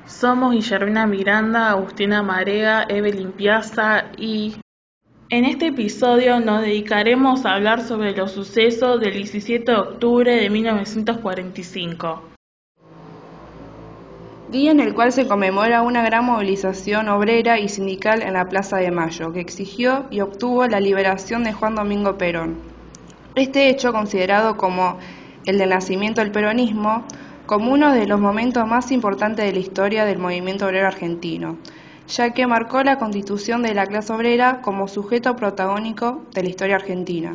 Somos Guillermina Miranda, Agustina Marega, Evelyn Piazza y en este episodio nos dedicaremos a hablar sobre los sucesos del 17 de octubre de 1945. Día en el cual se conmemora una gran movilización obrera y sindical en la Plaza de Mayo, que exigió y obtuvo la liberación de Juan Domingo Perón. Este hecho, considerado como el del nacimiento del peronismo, como uno de los momentos más importantes de la historia del movimiento obrero argentino, ya que marcó la constitución de la clase obrera como sujeto protagónico de la historia argentina.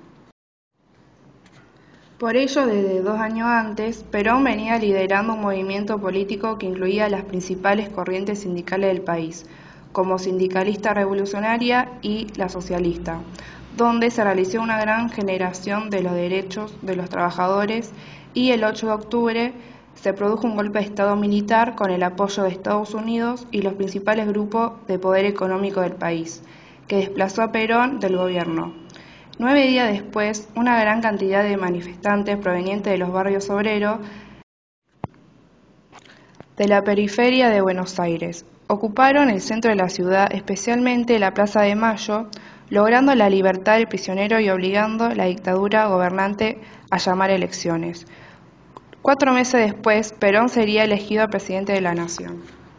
Por ello, desde 2 años antes, Perón venía liderando un movimiento político que incluía las principales corrientes sindicales del país, como Sindicalista Revolucionaria y la Socialista, donde se realizó una gran generación de los derechos de los trabajadores y el 8 de octubre se produjo un golpe de Estado militar con el apoyo de Estados Unidos y los principales grupos de poder económico del país, que desplazó a Perón del gobierno. 9 días después, una gran cantidad de manifestantes provenientes de los barrios obreros de la periferia de Buenos Aires ocuparon el centro de la ciudad, especialmente la Plaza de Mayo, logrando la libertad del prisionero y obligando a la dictadura gobernante a llamar elecciones. 4 meses después, Perón sería elegido presidente de la nación.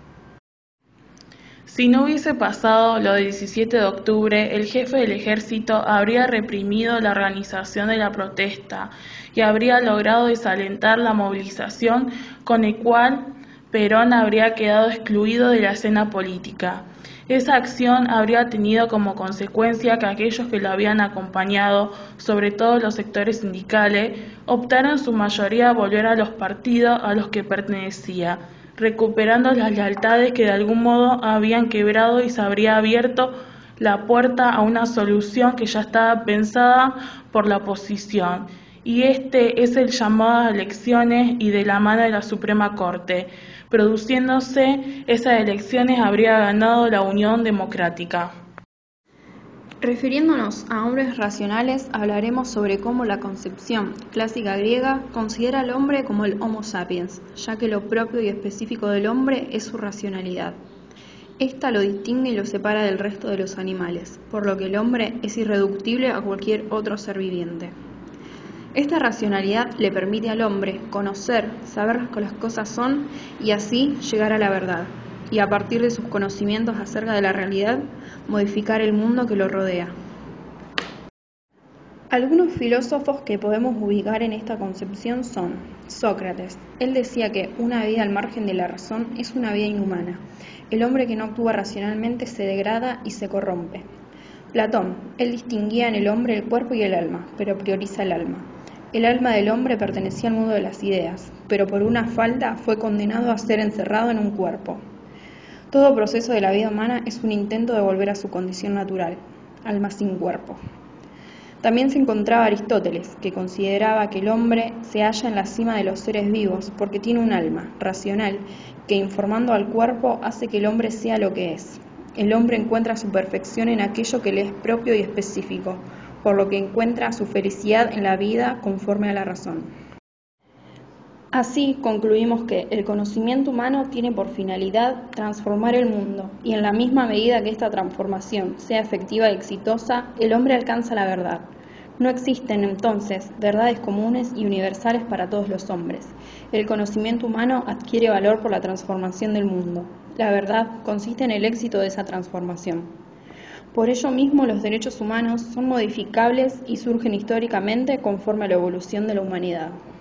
Si no hubiese pasado lo del 17 de octubre, el jefe del ejército habría reprimido la organización de la protesta y habría logrado desalentar la movilización, con el cual Perón habría quedado excluido de la escena política. Esa acción habría tenido como consecuencia que aquellos que lo habían acompañado, sobre todo los sectores sindicales, optaron en su mayoría a volver a los partidos a los que pertenecía, recuperando las lealtades que de algún modo habían quebrado, y se habría abierto la puerta a una solución que ya estaba pensada por la oposición. Y este es el llamado a elecciones y de la mano de la Suprema Corte. Produciéndose esas elecciones habría ganado la Unión Democrática. Refiriéndonos a hombres racionales, hablaremos sobre cómo la concepción clásica griega considera al hombre como el Homo sapiens, ya que lo propio y específico del hombre es su racionalidad. Esta lo distingue y lo separa del resto de los animales, por lo que el hombre es irreductible a cualquier otro ser viviente. Esta racionalidad le permite al hombre conocer, saber que las cosas son y así llegar a la verdad, y a partir de sus conocimientos acerca de la realidad, modificar el mundo que lo rodea. Algunos filósofos que podemos ubicar en esta concepción son Sócrates. Él decía que una vida al margen de la razón es una vida inhumana. El hombre que no actúa racionalmente se degrada y se corrompe. Platón. Él distinguía en el hombre el cuerpo y el alma, pero prioriza el alma. El alma del hombre pertenecía al mundo de las ideas, pero por una falta fue condenado a ser encerrado en un cuerpo. Todo proceso de la vida humana es un intento de volver a su condición natural, alma sin cuerpo. También se encontraba Aristóteles, que consideraba que el hombre se halla en la cima de los seres vivos porque tiene un alma racional que, informando al cuerpo, hace que el hombre sea lo que es. El hombre encuentra su perfección en aquello que le es propio y específico, por lo que encuentra su felicidad en la vida conforme a la razón. Así concluimos que el conocimiento humano tiene por finalidad transformar el mundo, y en la misma medida que esta transformación sea efectiva y exitosa, el hombre alcanza la verdad. No existen entonces verdades comunes y universales para todos los hombres. El conocimiento humano adquiere valor por la transformación del mundo. La verdad consiste en el éxito de esa transformación. Por ello mismo, los derechos humanos son modificables y surgen históricamente conforme a la evolución de la humanidad.